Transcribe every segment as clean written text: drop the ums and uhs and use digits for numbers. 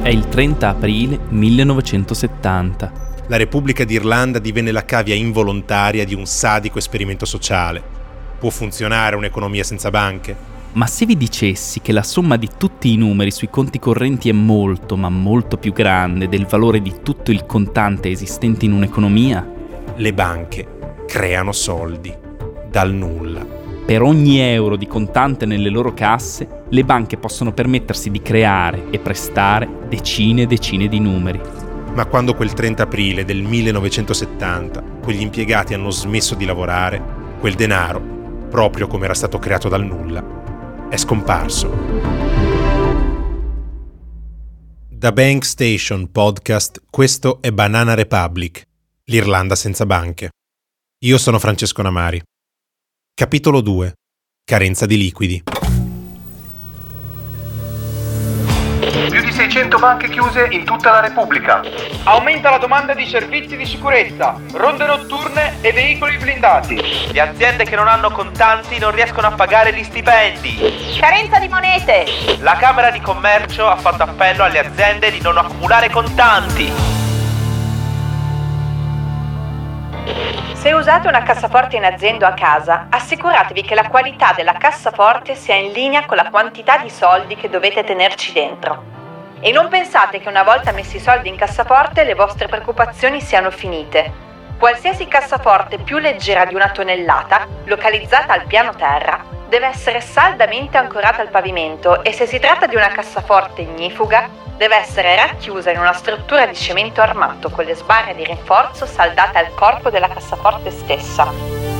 È il 30 aprile 1970. La Repubblica d'Irlanda divenne la cavia involontaria di un sadico esperimento sociale. Può funzionare un'economia senza banche? Ma se vi dicessi che la somma di tutti i numeri sui conti correnti è molto, ma molto più grande del valore di tutto il contante esistente in un'economia? Le banche creano soldi dal nulla. Per ogni euro di contante nelle loro casse, le banche possono permettersi di creare e prestare decine e decine di numeri. Ma quando quel 30 aprile del 1970 quegli impiegati hanno smesso di lavorare, quel denaro, proprio come era stato creato dal nulla, è scomparso. Da Bank Station Podcast, questo è Banana Republic, l'Irlanda senza banche. Io sono Francesco Namari. Capitolo 2. Carenza di liquidi. Più di 600 banche chiuse in tutta la Repubblica. Aumenta la domanda di servizi di sicurezza, ronde notturne e veicoli blindati. Le aziende che non hanno contanti non riescono a pagare gli stipendi. Carenza di monete. La Camera di Commercio ha fatto appello alle aziende di non accumulare contanti. Se usate una cassaforte in azienda o a casa, assicuratevi che la qualità della cassaforte sia in linea con la quantità di soldi che dovete tenerci dentro. E non pensate che una volta messi i soldi in cassaforte le vostre preoccupazioni siano finite. Qualsiasi cassaforte più leggera di 1 tonnellata, localizzata al piano terra, deve essere saldamente ancorata al pavimento e se si tratta di una cassaforte ignifuga, deve essere racchiusa in una struttura di cemento armato con le sbarre di rinforzo saldate al corpo della cassaforte stessa.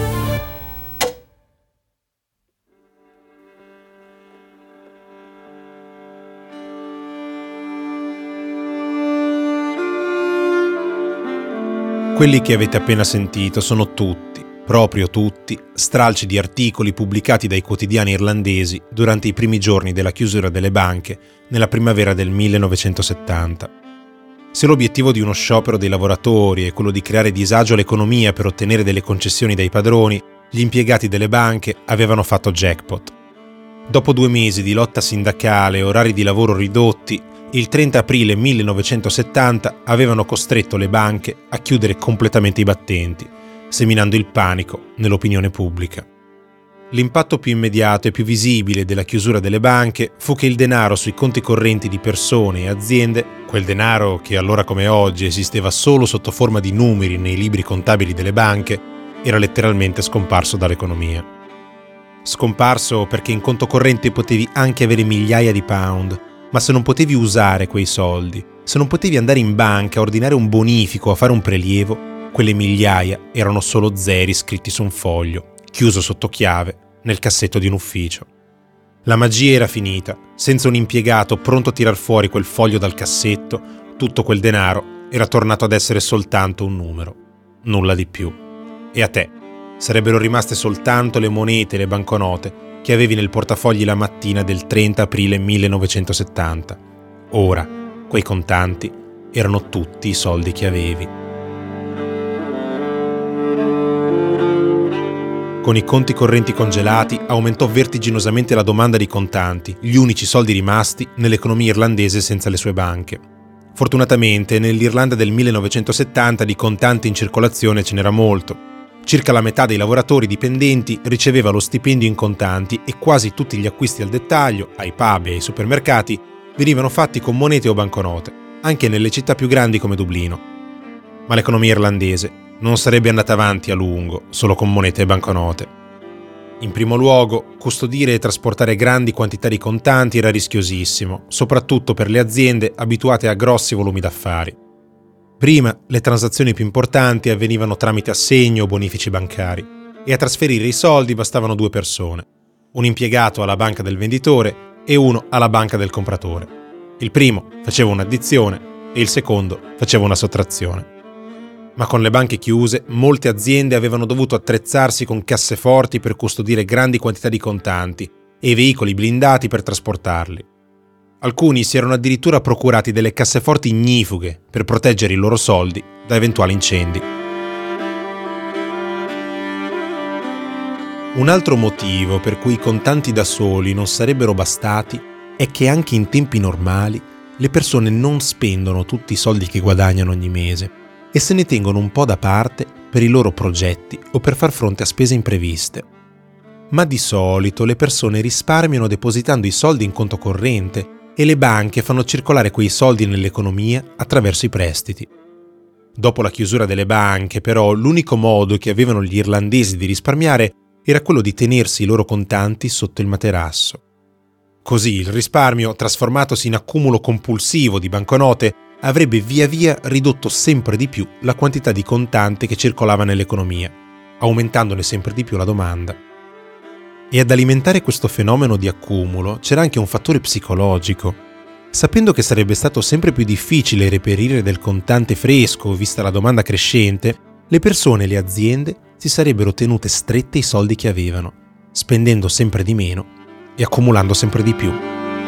Quelli che avete appena sentito sono tutti, proprio tutti, stralci di articoli pubblicati dai quotidiani irlandesi durante i primi giorni della chiusura delle banche nella primavera del 1970. Se l'obiettivo di uno sciopero dei lavoratori è quello di creare disagio all'economia per ottenere delle concessioni dai padroni, gli impiegati delle banche avevano fatto jackpot. Dopo 2 mesi di lotta sindacale e orari di lavoro ridotti, il 30 aprile 1970 avevano costretto le banche a chiudere completamente i battenti, seminando il panico nell'opinione pubblica. L'impatto più immediato e più visibile della chiusura delle banche fu che il denaro sui conti correnti di persone e aziende, quel denaro che allora come oggi esisteva solo sotto forma di numeri nei libri contabili delle banche, era letteralmente scomparso dall'economia. Scomparso perché in conto corrente potevi anche avere migliaia di pound, ma se non potevi usare quei soldi, se non potevi andare in banca a ordinare un bonifico o a fare un prelievo, quelle migliaia erano solo zeri scritti su un foglio, chiuso sotto chiave, nel cassetto di un ufficio. La magia era finita, senza un impiegato pronto a tirar fuori quel foglio dal cassetto, tutto quel denaro era tornato ad essere soltanto un numero, nulla di più. E a te sarebbero rimaste soltanto le monete e le banconote che avevi nel portafogli la mattina del 30 aprile 1970. Ora, quei contanti erano tutti i soldi che avevi. Con i conti correnti congelati aumentò vertiginosamente la domanda di contanti, gli unici soldi rimasti nell'economia irlandese senza le sue banche. Fortunatamente, nell'Irlanda del 1970 di contanti in circolazione ce n'era molto. Circa la metà dei lavoratori dipendenti riceveva lo stipendio in contanti e quasi tutti gli acquisti al dettaglio, ai pub e ai supermercati, venivano fatti con monete o banconote, anche nelle città più grandi come Dublino. Ma l'economia irlandese non sarebbe andata avanti a lungo solo con monete e banconote. In primo luogo, custodire e trasportare grandi quantità di contanti era rischiosissimo, soprattutto per le aziende abituate a grossi volumi d'affari. Prima, le transazioni più importanti avvenivano tramite assegno o bonifici bancari e a trasferire i soldi bastavano 2 persone, un impiegato alla banca del venditore e uno alla banca del compratore. Il primo faceva un'addizione e il secondo faceva una sottrazione. Ma con le banche chiuse, molte aziende avevano dovuto attrezzarsi con casseforti per custodire grandi quantità di contanti e veicoli blindati per trasportarli. Alcuni si erano addirittura procurati delle casseforti ignifughe per proteggere i loro soldi da eventuali incendi. Un altro motivo per cui i contanti da soli non sarebbero bastati è che anche in tempi normali le persone non spendono tutti i soldi che guadagnano ogni mese e se ne tengono un po' da parte per i loro progetti o per far fronte a spese impreviste. Ma di solito le persone risparmiano depositando i soldi in conto corrente e le banche fanno circolare quei soldi nell'economia attraverso i prestiti. Dopo la chiusura delle banche, però, l'unico modo che avevano gli irlandesi di risparmiare era quello di tenersi i loro contanti sotto il materasso. Così il risparmio, trasformatosi in accumulo compulsivo di banconote, avrebbe via via ridotto sempre di più la quantità di contante che circolava nell'economia, aumentandone sempre di più la domanda. E ad alimentare questo fenomeno di accumulo c'era anche un fattore psicologico. Sapendo che sarebbe stato sempre più difficile reperire del contante fresco vista la domanda crescente, le persone e le aziende si sarebbero tenute strette i soldi che avevano, spendendo sempre di meno e accumulando sempre di più.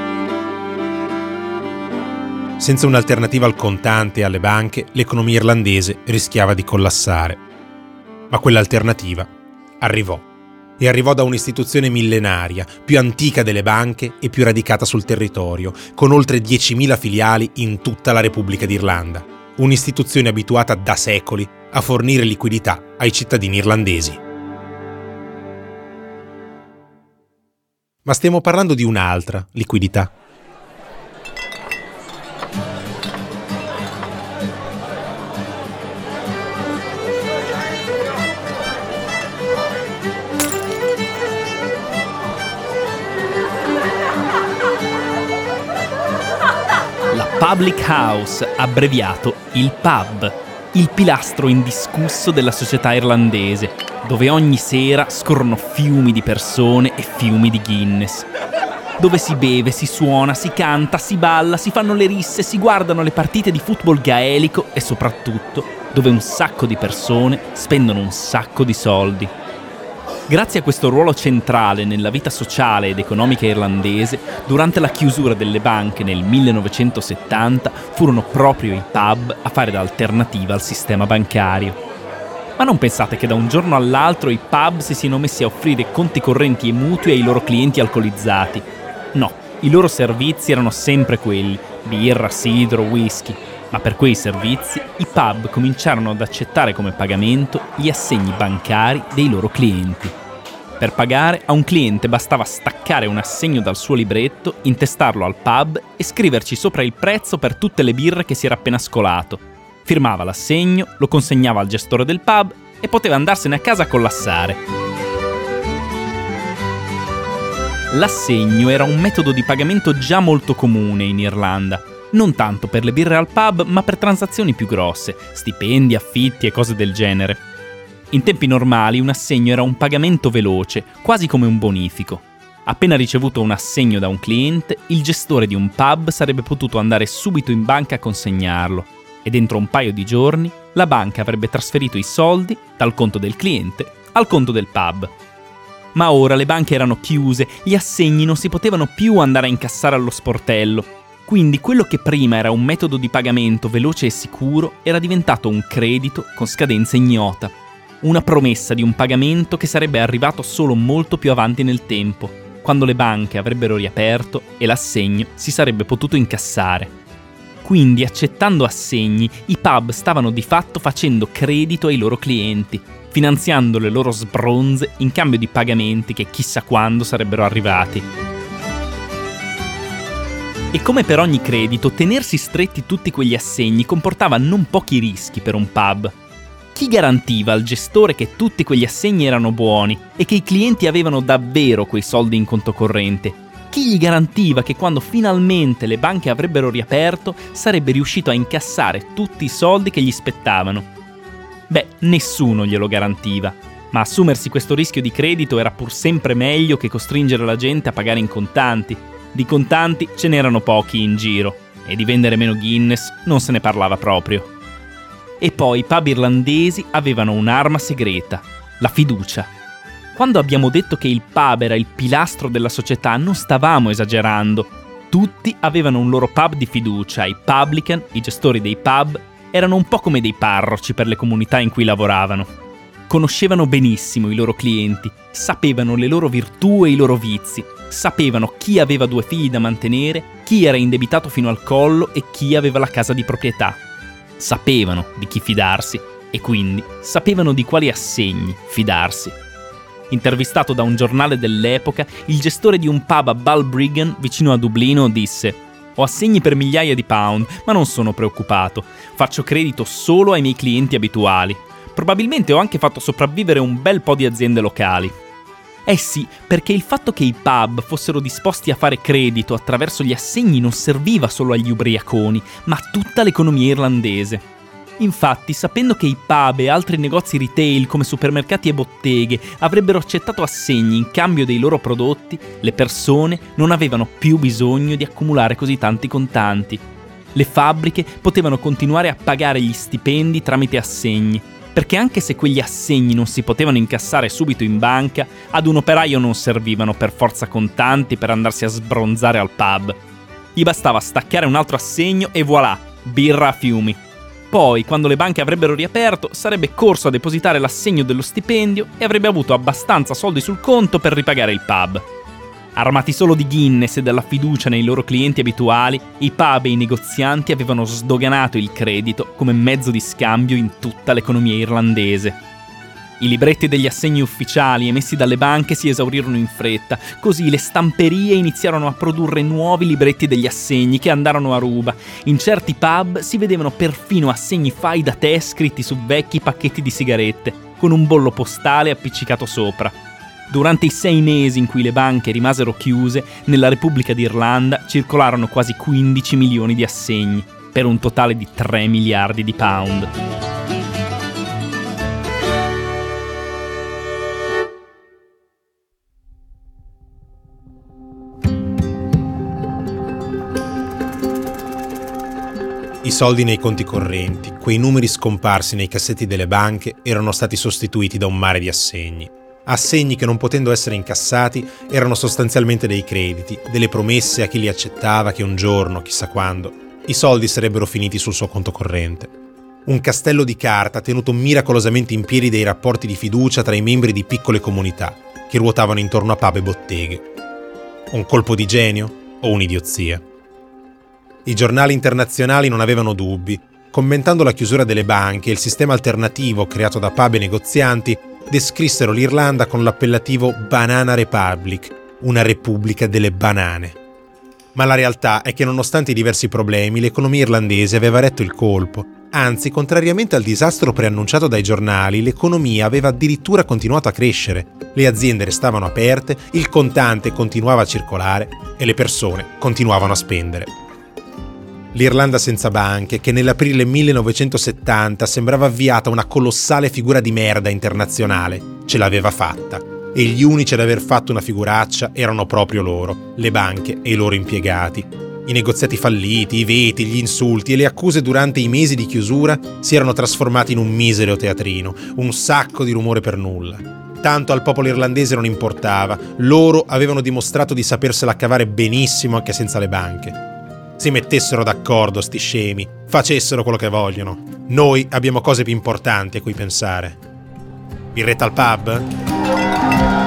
Senza un'alternativa al contante e alle banche, l'economia irlandese rischiava di collassare. Ma quell'alternativa arrivò. E arrivò da un'istituzione millenaria, più antica delle banche e più radicata sul territorio, con oltre 10.000 filiali in tutta la Repubblica d'Irlanda. Un'istituzione abituata da secoli a fornire liquidità ai cittadini irlandesi. Ma stiamo parlando di un'altra liquidità. Public House, abbreviato il pub, il pilastro indiscusso della società irlandese, dove ogni sera scorrono fiumi di persone e fiumi di Guinness. Dove si beve, si suona, si canta, si balla, si fanno le risse, si guardano le partite di football gaelico e soprattutto dove un sacco di persone spendono un sacco di soldi. Grazie a questo ruolo centrale nella vita sociale ed economica irlandese, durante la chiusura delle banche nel 1970 furono proprio i pub a fare da alternativa al sistema bancario. Ma non pensate che da un giorno all'altro i pub si siano messi a offrire conti correnti e mutui ai loro clienti alcolizzati. No, i loro servizi erano sempre quelli, birra, sidro, whisky. Ma per quei servizi i pub cominciarono ad accettare come pagamento gli assegni bancari dei loro clienti. Per pagare, a un cliente bastava staccare un assegno dal suo libretto, intestarlo al pub e scriverci sopra il prezzo per tutte le birre che si era appena scolato. Firmava l'assegno, lo consegnava al gestore del pub e poteva andarsene a casa a collassare. L'assegno era un metodo di pagamento già molto comune in Irlanda. Non tanto per le birre al pub, ma per transazioni più grosse, stipendi, affitti e cose del genere. In tempi normali un assegno era un pagamento veloce, quasi come un bonifico. Appena ricevuto un assegno da un cliente, il gestore di un pub sarebbe potuto andare subito in banca a consegnarlo e dentro un paio di giorni la banca avrebbe trasferito i soldi dal conto del cliente al conto del pub. Ma ora le banche erano chiuse, gli assegni non si potevano più andare a incassare allo sportello. Quindi quello che prima era un metodo di pagamento veloce e sicuro era diventato un credito con scadenza ignota. Una promessa di un pagamento che sarebbe arrivato solo molto più avanti nel tempo, quando le banche avrebbero riaperto e l'assegno si sarebbe potuto incassare. Quindi, accettando assegni, i pub stavano di fatto facendo credito ai loro clienti, finanziando le loro sbronze in cambio di pagamenti che chissà quando sarebbero arrivati. E come per ogni credito, tenersi stretti tutti quegli assegni comportava non pochi rischi per un pub. Chi garantiva al gestore che tutti quegli assegni erano buoni e che i clienti avevano davvero quei soldi in conto corrente? Chi gli garantiva che quando finalmente le banche avrebbero riaperto sarebbe riuscito a incassare tutti i soldi che gli spettavano? Beh, nessuno glielo garantiva, ma assumersi questo rischio di credito era pur sempre meglio che costringere la gente a pagare in contanti. Di contanti ce n'erano pochi in giro e di vendere meno Guinness non se ne parlava proprio. E poi i pub irlandesi avevano un'arma segreta, la fiducia. Quando abbiamo detto che il pub era il pilastro della società, non stavamo esagerando. Tutti avevano un loro pub di fiducia, i publican, i gestori dei pub, erano un po' come dei parroci per le comunità in cui lavoravano. Conoscevano benissimo i loro clienti, sapevano le loro virtù e i loro vizi, Sapevano chi aveva 2 figli da mantenere, chi era indebitato fino al collo e chi aveva la casa di proprietà. Sapevano di chi fidarsi e quindi sapevano di quali assegni fidarsi. Intervistato da un giornale dell'epoca, il gestore di un pub a Balbriggan, vicino a Dublino, disse: «Ho assegni per migliaia di pound, ma non sono preoccupato. Faccio credito solo ai miei clienti abituali. Probabilmente ho anche fatto sopravvivere un bel po' di aziende locali». Eh sì, perché il fatto che i pub fossero disposti a fare credito attraverso gli assegni non serviva solo agli ubriaconi, ma a tutta l'economia irlandese. Infatti, sapendo che i pub e altri negozi retail come supermercati e botteghe avrebbero accettato assegni in cambio dei loro prodotti, le persone non avevano più bisogno di accumulare così tanti contanti. Le fabbriche potevano continuare a pagare gli stipendi tramite assegni, perché anche se quegli assegni non si potevano incassare subito in banca, ad un operaio non servivano per forza contanti per andarsi a sbronzare al pub. Gli bastava staccare un altro assegno e voilà, birra a fiumi. Poi, quando le banche avrebbero riaperto, sarebbe corso a depositare l'assegno dello stipendio e avrebbe avuto abbastanza soldi sul conto per ripagare il pub. Armati solo di Guinness e della fiducia nei loro clienti abituali, i pub e i negozianti avevano sdoganato il credito come mezzo di scambio in tutta l'economia irlandese. I libretti degli assegni ufficiali emessi dalle banche si esaurirono in fretta, così le stamperie iniziarono a produrre nuovi libretti degli assegni che andarono a ruba. In certi pub si vedevano perfino assegni fai da te scritti su vecchi pacchetti di sigarette, con un bollo postale appiccicato sopra. Durante i 6 mesi in cui le banche rimasero chiuse, nella Repubblica d'Irlanda circolarono quasi 15 milioni di assegni, per un totale di 3 miliardi di pound. I soldi nei conti correnti, quei numeri scomparsi nei cassetti delle banche, erano stati sostituiti da un mare di assegni. Assegni che, non potendo essere incassati, erano sostanzialmente dei crediti, delle promesse a chi li accettava che un giorno, chissà quando, i soldi sarebbero finiti sul suo conto corrente. Un castello di carta tenuto miracolosamente in piedi dai rapporti di fiducia tra i membri di piccole comunità che ruotavano intorno a pub e botteghe. Un colpo di genio o un'idiozia? I giornali internazionali non avevano dubbi. Commentando la chiusura delle banche e il sistema alternativo creato da pub e negozianti, descrissero l'Irlanda con l'appellativo Banana Republic, una repubblica delle banane. Ma la realtà è che, nonostante i diversi problemi, l'economia irlandese aveva retto il colpo. Anzi, contrariamente al disastro preannunciato dai giornali, l'economia aveva addirittura continuato a crescere. Le aziende restavano aperte, il contante continuava a circolare e le persone continuavano a spendere. L'Irlanda senza banche, che nell'aprile 1970 sembrava avviata una colossale figura di merda internazionale, ce l'aveva fatta. E gli unici ad aver fatto una figuraccia erano proprio loro, le banche e i loro impiegati. I negoziati falliti, i veti, gli insulti e le accuse durante i mesi di chiusura si erano trasformati in un misero teatrino, un sacco di rumore per nulla. Tanto al popolo irlandese non importava, loro avevano dimostrato di sapersela cavare benissimo anche senza le banche. Si mettessero d'accordo, sti scemi, facessero quello che vogliono. Noi abbiamo cose più importanti a cui pensare. Birretta al pub?